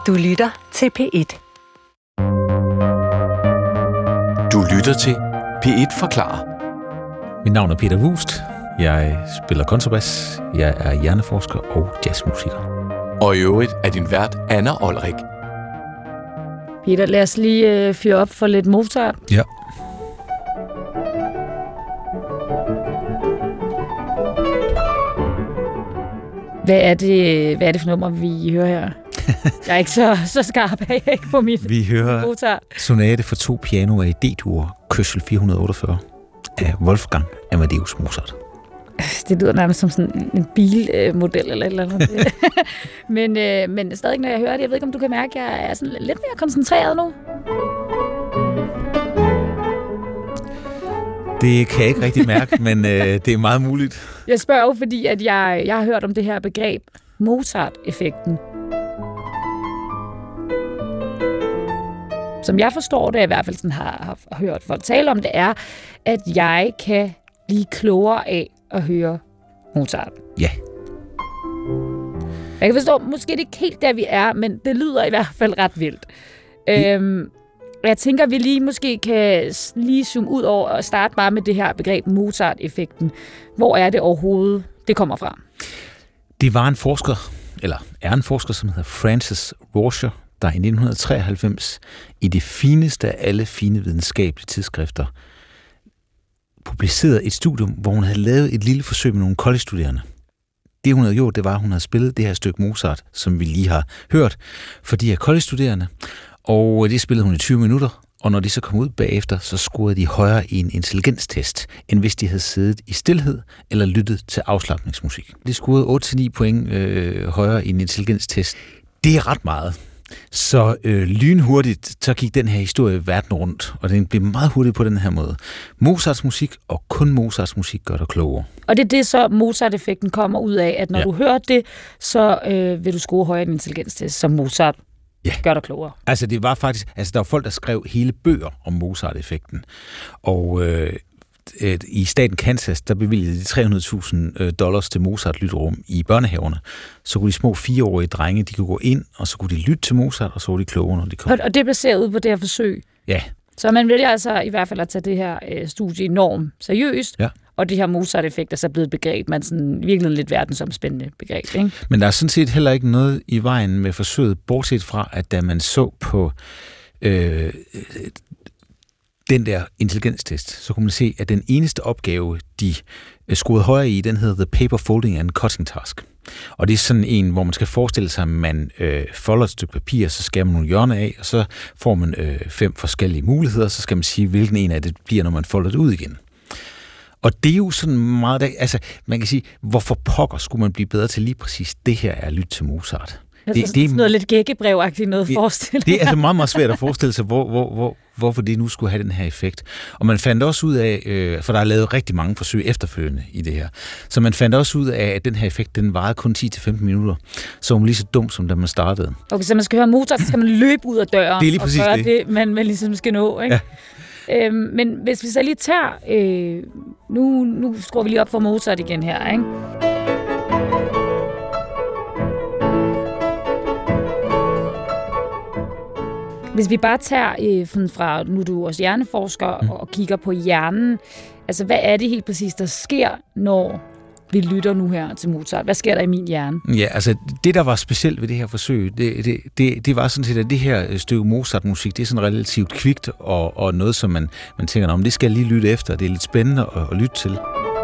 Du lytter til P1. Du lytter til P1 forklarer. Mit navn er Peter Wust. Jeg spiller kontrabas. Jeg er hjerneforsker og jazzmusiker. Og i øvrigt er din vært Anna Olrik. Peter, lad os lige fyre op for lidt Mozart. Ja. Hvad er det for nummer, vi hører her? Jeg er ikke så skarp af på mit Vi hører Mozart. Sonate for 2 pianoer i D-dur, Kørsel 448 af Wolfgang Amadeus Mozart. Det lyder nærmest som sådan en bilmodel eller et eller andet. men stadig, når jeg hører det, jeg ved ikke, om du kan mærke, at jeg er sådan lidt mere koncentreret nu. Det kan jeg ikke rigtig mærke, men det er meget muligt. Jeg spørger jo, fordi at jeg har hørt om det her begreb, Mozart-effekten. Som jeg forstår det, i hvert fald sådan har hørt folk tale om det, er, at jeg kan blive klogere af at høre Mozart. Ja. Jeg kan forstå, måske det ikke helt der, vi er, men det lyder i hvert fald ret vildt. Jeg tænker, at vi lige måske kan lige zoome ud over og starte bare med det her begreb Mozart-effekten. Hvor er det overhovedet, det kommer fra? Det var en forsker, som hedder Francis Rorschach, der i 1993 i det fineste af alle fine videnskabelige tidsskrifter publicerede et studium, hvor hun havde lavet et lille forsøg med nogle college-studerende. Det hun havde gjort, det var, at hun havde spillet det her stykke Mozart, som vi lige har hørt, for de her college-studerende. Og det spillede hun i 20 minutter, og når de så kom ud bagefter, så scorede de højere i en intelligenstest, end hvis de havde siddet i stilhed eller lyttet til afslapningsmusik. De scorede 8-9 point højere i en intelligenstest. Det er ret meget. Så lynhurtigt, så gik den her historie verden rundt, og den blev meget hurtigt på den her måde. Mozarts musik, og kun Mozarts musik, gør dig klogere. Og det er det, så Mozart-effekten kommer ud af, at når du hører det, så vil du score højere i en intelligenstest, som Mozart gør dig klogere. Altså det var faktisk, der var folk, der skrev hele bøger om Mozart-effekten, og i staten Kansas, der bevilgede de $300,000 til Mozart-lytterum i børnehaverne. Så kunne de små 4-årige drenge, de kunne gå ind, og så kunne de lytte til Mozart, og så var de klogere, når de kom. Og det er baseret ud på det her forsøg? Ja. Så man vælger altså i hvert fald at tage det her studie enormt seriøst, og det her Mozart-effekt er så blevet et begreb, man sådan virkelig lidt verdensomspændende begreb, ikke? Men der er sådan set heller ikke noget i vejen med forsøget, bortset fra, at da man så på den der intelligenstest, så kunne man se, at den eneste opgave, de scorede højere i, den hedder The Paper Folding and Cutting Task. Og det er sådan en, hvor man skal forestille sig, at man folder et stykke papir, så skærer man nogle hjørner af, og så får man 5 forskellige muligheder, så skal man sige, hvilken en af det bliver, når man folder det ud igen. Og det er jo sådan meget, man kan sige, hvorfor pokker skulle man blive bedre til lige præcis det her er at lytte til Mozart? Det er noget lidt gækkebrevagtigt noget forestilling. Det er altså meget, meget svært at forestille sig, hvorfor det nu skulle have den her effekt. Og man fandt også ud af, for der er lavet rigtig mange forsøg efterfølgende i det her, så man fandt også ud af, at den her effekt, den varede kun 10-15 minutter. Så var man lige så dum, som da man startede. Okay, så man skal høre Mozart, så skal man løbe ud af døren det er lige præcis og gøre det, man ligesom skal nå, ikke? Ja. Men hvis vi så lige tager... Nu skruer vi lige op for Mozart igen her, ikke? Hvis vi bare tager fra, nu er du også hjerneforsker, og kigger på hjernen, altså hvad er det helt præcis, der sker, når vi lytter nu her til Mozart? Hvad sker der i min hjerne? Ja, altså det, der var specielt ved det her forsøg, det var sådan set, at det her stykke Mozart-musik, det er sådan relativt kvikt, og noget, som man tænker, om det skal jeg lige lytte efter, det er lidt spændende at lytte til.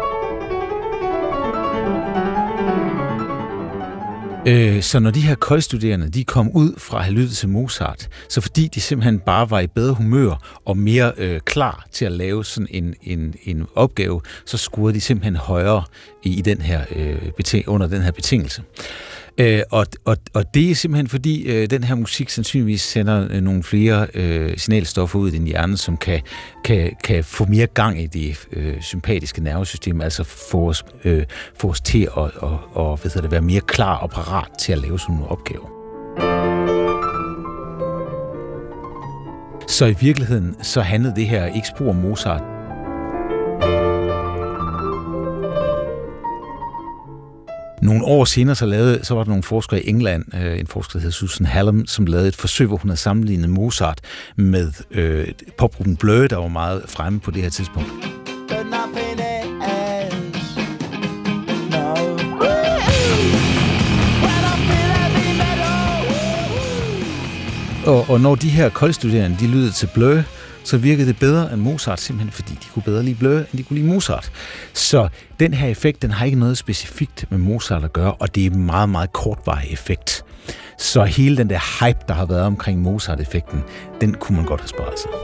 Så når de her college-studerende, de kom ud fra at have lyttet til Mozart, så fordi de simpelthen bare var i bedre humør og mere klar til at lave sådan en opgave, så scorede de simpelthen højere i den her under den her betingelse. Og det er simpelthen fordi den her musik sandsynligvis sender nogle flere signalstoffer ud i din hjerne, som kan få mere gang i det sympatiske nervesystem, altså få os til at være mere klar og parat til at lave sådan nogle opgaver. Så i virkeligheden så handlede det her ikke spor om Mozart. Nogle år senere så var der nogle forskere i England, en forsker, der hed Susan Hallam, som lavede et forsøg, hvor hun havde sammenlignet Mozart med popgruppen Blur, der var meget fremme på det her tidspunkt. Og når de her college-studerende, de lyttede til Blur, så virkede det bedre end Mozart, simpelthen fordi de kunne bedre lide Blur, end de kunne lide Mozart. Så den her effekt, den har ikke noget specifikt med Mozart at gøre, og det er en meget, meget kortvarig effekt. Så hele den der hype, der har været omkring Mozart-effekten, den kunne man godt have sparet sig.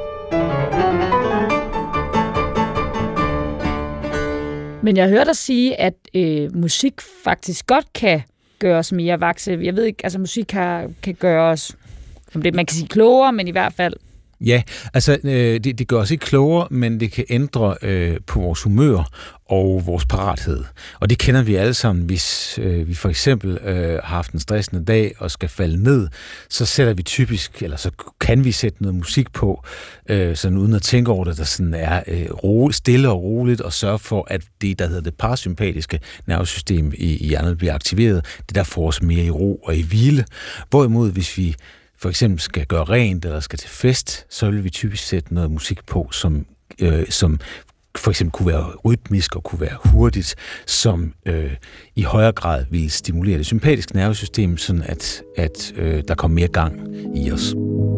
Men jeg hørte dig sige, at musik faktisk godt kan gøre os mere vakse. Jeg ved ikke, altså musik kan gøre os, som det man kan sige, klogere, men i hvert fald. Ja, altså det gør os ikke klogere, men det kan ændre på vores humør og vores parathed. Og det kender vi alle sammen, hvis vi for eksempel har haft en stressende dag og skal falde ned, så sætter vi typisk, eller så kan vi sætte noget musik på, sådan uden at tænke over det, der sådan er stille og roligt, og sørge for, at det, der hedder det parasympatiske nervesystem i hjernen, bliver aktiveret. Det der får os mere i ro og i hvile. Hvorimod, hvis vi for eksempel skal gøre rent eller skal til fest, så vil vi typisk sætte noget musik på, som for eksempel kunne være rytmisk og kunne være hurtigt, som i højere grad vil stimulere det sympatiske nervesystem, sådan at der kommer mere gang i os.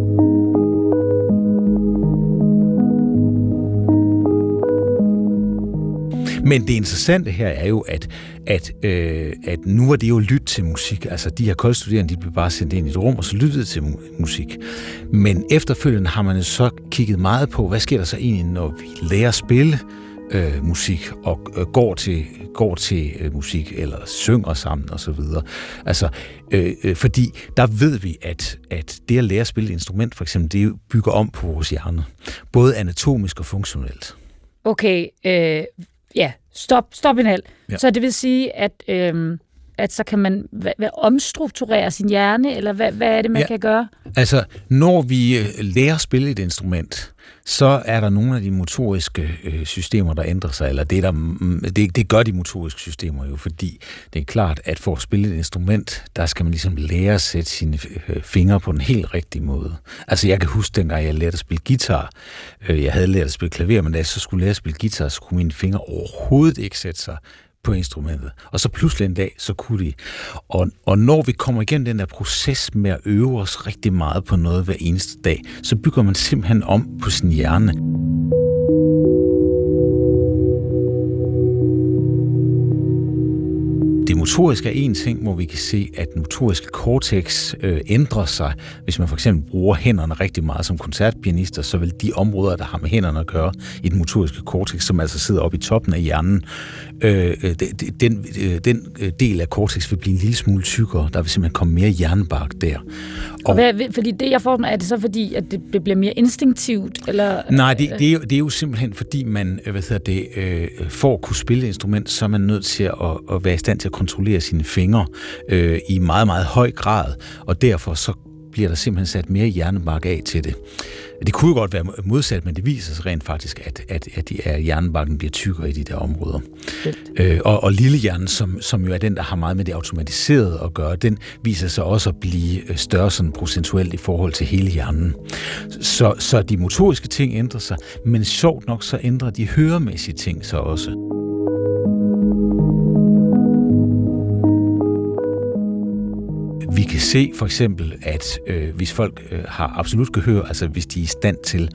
Men det interessante her er jo, at nu er det jo lyt til musik. Altså de her college-studerende, de blev bare sendt ind i et rum, og så lyttede til musik. Men efterfølgende har man jo så kigget meget på, hvad sker der så egentlig, når vi lærer at spille musik og går til musik eller synger sammen og så videre. Altså, fordi der ved vi, at det at lære at spille et instrument, for eksempel, det bygger om på vores hjerne. Både anatomisk og funktionelt. Okay, ja, stop en hal. Ja. Så det vil sige, at så kan man omstrukturere sin hjerne, eller hvad er det, man kan gøre? Altså, når vi lærer at spille et instrument, så er der nogle af de motoriske systemer, der ændrer sig, eller det gør de motoriske systemer jo, fordi det er klart, at for at spille et instrument, der skal man ligesom lære at sætte sine fingre på den helt rigtige måde. Altså, jeg kan huske, dengang jeg lærte at spille guitar, jeg havde lært at spille klaver, men da jeg så skulle lære at spille guitar, så kunne mine fingre overhovedet ikke sætte sig på instrumentet. Og så pludselig en dag, så kunne de. Og når vi kommer igennem den der proces med at øve os rigtig meget på noget hver eneste dag, så bygger man simpelthen om på sin hjerne. Det motoriske er en ting, hvor vi kan se, at den motoriske cortex ændrer sig. Hvis man for eksempel bruger hænderne rigtig meget som koncertpianister, så vil de områder, der har med hænderne at gøre i den motoriske cortex, som altså sidder oppe i toppen af hjernen, den del af cortex vil blive en lille smule tykkere. Der vil simpelthen komme mere hjernebark der. Fordi det, jeg får mig, er det så fordi, at det bliver mere instinktivt? Eller, nej, det er jo simpelthen fordi, man for at kunne spille et instrument, så er man nødt til at være i stand til at kontrollere sine fingre i meget, meget høj grad, og derfor så bliver der simpelthen sat mere hjernebark af til det. Det kunne jo godt være modsat, men det viser sig rent faktisk, at hjernebarken bliver tykkere i de der områder. Og lillehjernen, som jo er den, der har meget med det automatiserede at gøre, den viser sig også at blive større sådan procentuelt i forhold til hele hjernen. Så de motoriske ting ændrer sig, men sjovt nok så ændrer de høremæssige ting sig også. Vi kan se for eksempel, at hvis folk har absolut gehør, altså hvis de er i stand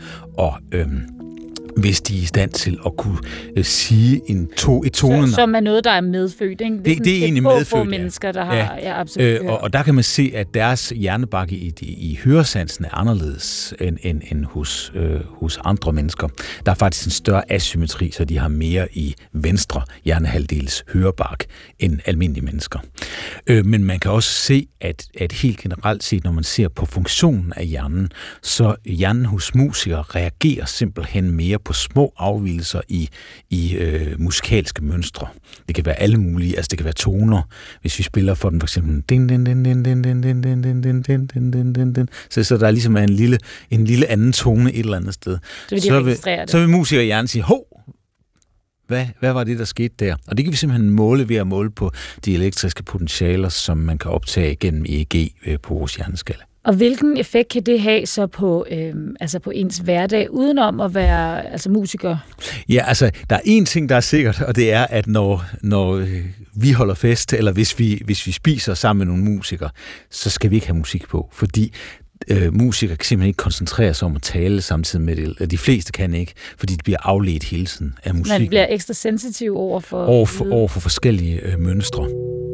til at kunne sige et tonenavn. Som er noget, der er medfødt, ikke? Det er egentlig medfødt, få mennesker, der har absolut gehør. Og der kan man se, at deres hjernebarke i høresansen er anderledes end hos andre mennesker. Der er faktisk en større asymmetri, så de har mere i venstre hjernehalvdels hørebark end almindelige mennesker. Men man kan også se, at helt generelt set, når man ser på funktionen af hjernen, så hjernen hos musikere reagerer simpelthen mere på små afvigelser i musikalske mønstre. Det kan være alle mulige, altså det kan være toner. Hvis vi spiller for den for eksempel så der er ligesom en lille anden tone et eller andet sted. Så vil musikere hjernen sige, hov, hvad var det, der skete der? Og det kan vi simpelthen måle ved at måle på de elektriske potentialer, som man kan optage gennem EEG på vores hjerneskalle. Og hvilken effekt kan det have så på, på ens hverdag, udenom at være musiker? Ja, der er én ting, der er sikkert, og det er, at når vi holder fest, eller hvis vi spiser sammen med nogle musikere, så skal vi ikke have musik på, fordi musikere kan simpelthen ikke koncentrere sig om at tale samtidig med det. De fleste kan ikke, fordi de bliver afledt hele tiden af musik. Man bliver ekstra sensitiv over for forskellige mønstre.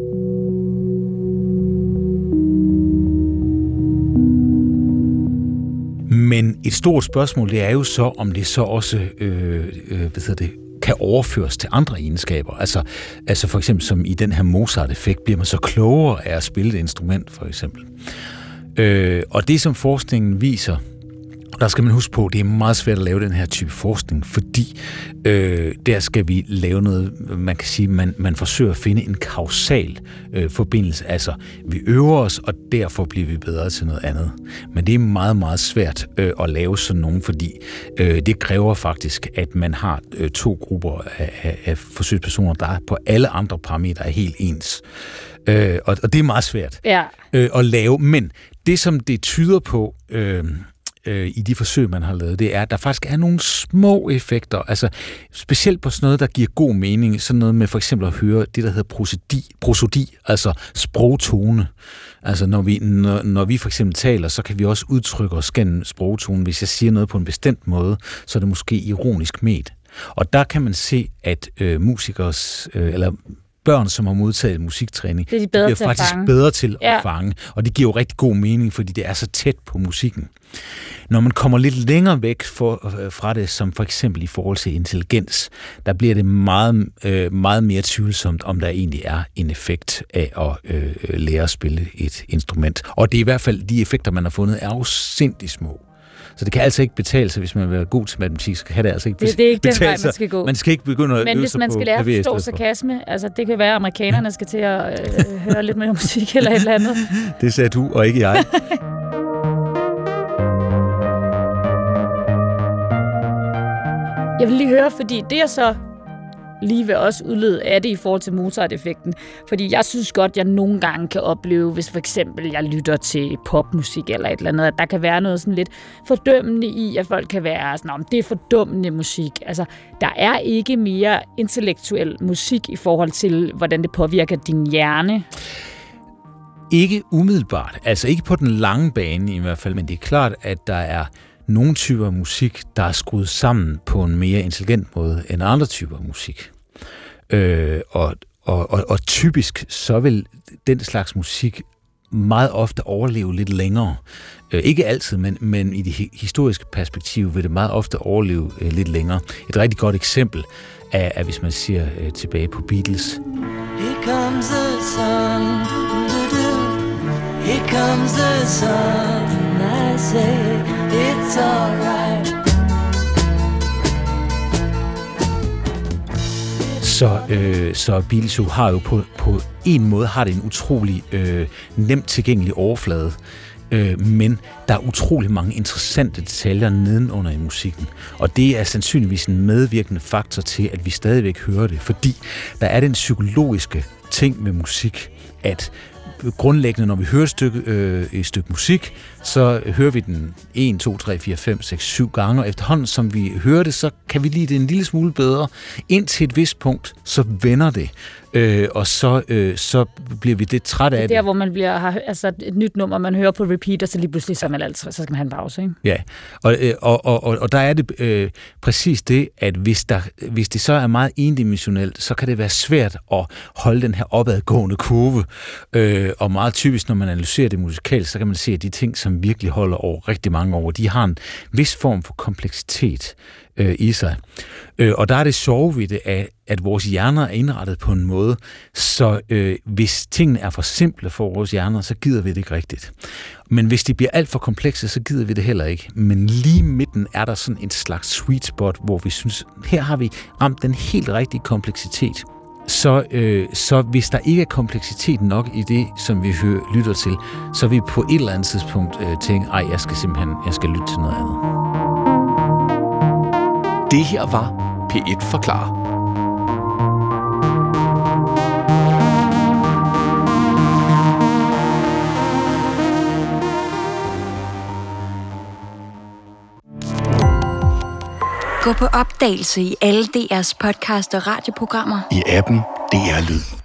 Men et stort spørgsmål, det er jo så, om det så også kan overføres til andre egenskaber. Altså for eksempel som i den her Mozart-effekt, bliver man så klogere af at spille et instrument, for eksempel. Og det, som forskningen viser, der skal man huske på, det er meget svært at lave den her type forskning, fordi der skal vi lave noget, man kan sige, man forsøger at finde en kausal forbindelse. Altså, vi øver os, og derfor bliver vi bedre til noget andet. Men det er meget, meget svært at lave sådan nogen, fordi det kræver faktisk, at man har to grupper af forsøgspersoner, der på alle andre parametre er helt ens. Og det er meget svært at lave, men det, som det tyder på i de forsøg, man har lavet, det er, at der faktisk er nogle små effekter, altså specielt på sådan noget, der giver god mening, sådan noget med for eksempel at høre det, der hedder prosodi, altså sprogtone. Altså når vi for eksempel taler, så kan vi også udtrykke os gennem sprogtone. Hvis jeg siger noget på en bestemt måde, så er det måske ironisk ment. Og der kan man se, at musikers, eller børn, som har modtaget musiktræning, det er de faktisk bedre til at fange. Og det giver jo rigtig god mening, fordi det er så tæt på musikken. Når man kommer lidt længere væk fra det, som for eksempel i forhold til intelligens, der bliver det meget, meget mere tvivlsomt, om der egentlig er en effekt af at lære at spille et instrument. Og det er i hvert fald, de effekter, man har fundet, er jo sindssygt små. Så det kan altså ikke betale sig, hvis man vil være god til matematik, så kan det altså ikke betale sig. Det er ikke den vej, man skal gå. Man skal ikke begynde at men hvis man skal lære at forstå sarkasme, det kan være, at amerikanerne skal til at høre lidt mere musik eller et eller andet. Det sagde du, og ikke jeg. Jeg vil lige høre, fordi det er så lige ved også udlede af det i forhold til Mozart-effekten. Fordi jeg synes godt, jeg nogle gange kan opleve, hvis for eksempel jeg lytter til popmusik eller et eller andet, at der kan være noget sådan lidt fordømmende i, at folk kan være sådan, om det er fordømmende musik. Altså, der er ikke mere intellektuel musik i forhold til, hvordan det påvirker din hjerne. Ikke umiddelbart. Altså ikke på den lange bane i hvert fald, men det er klart, at der er nogle typer musik, der er skruet sammen på en mere intelligent måde end andre typer musik. Og typisk så vil den slags musik meget ofte overleve lidt længere. Ikke altid, men i det historiske perspektiv vil det meget ofte overleve lidt længere. Et rigtig godt eksempel er hvis man siger tilbage på Beatles. Here comes the sun, here comes the sun, I say it's alright. Så Beatles har jo på en måde har det en utrolig nemt tilgængelig overflade, men der er utrolig mange interessante detaljer nedenunder i musikken, og det er sandsynligvis en medvirkende faktor til, at vi stadigvæk hører det, fordi der er den psykologiske ting med musik, at grundlæggende, når vi hører et stykke musik, så hører vi den 1, 2, 3, 4, 5, 6, 7 gange, og efterhånden, som vi hører det, så kan vi lide det en lille smule bedre. Indtil et vist punkt, så vender det, og så bliver vi lidt træt af det. Det er der, hvor man har et nyt nummer, man hører på repeat, og så lige pludselig så skal man have en pause, ikke? Ja, og der er det præcis det, at hvis det så er meget endimensionelt, så kan det være svært at holde den her opadgående kurve, og meget typisk, når man analyserer det musikalt, så kan man se, at de ting, som virkelig holder over rigtig mange år, de har en vis form for kompleksitet i sig. Og der er det sjove ved det, at vores hjerner er indrettet på en måde, så hvis tingene er for simple for vores hjerner, så gider vi det ikke rigtigt. Men hvis de bliver alt for komplekse, så gider vi det heller ikke. Men lige i midten er der sådan en slags sweet spot, hvor vi synes, her har vi ramt den helt rigtige kompleksitet. Så hvis der ikke er kompleksitet nok i det, som vi lytter til, så vil vi på et eller andet tidspunkt tænke, jeg skal lytte til noget andet. Det her var P1 Forklarer. Gå på opdagelse i alle DR's podcast og radioprogrammer. I appen DR Lyd.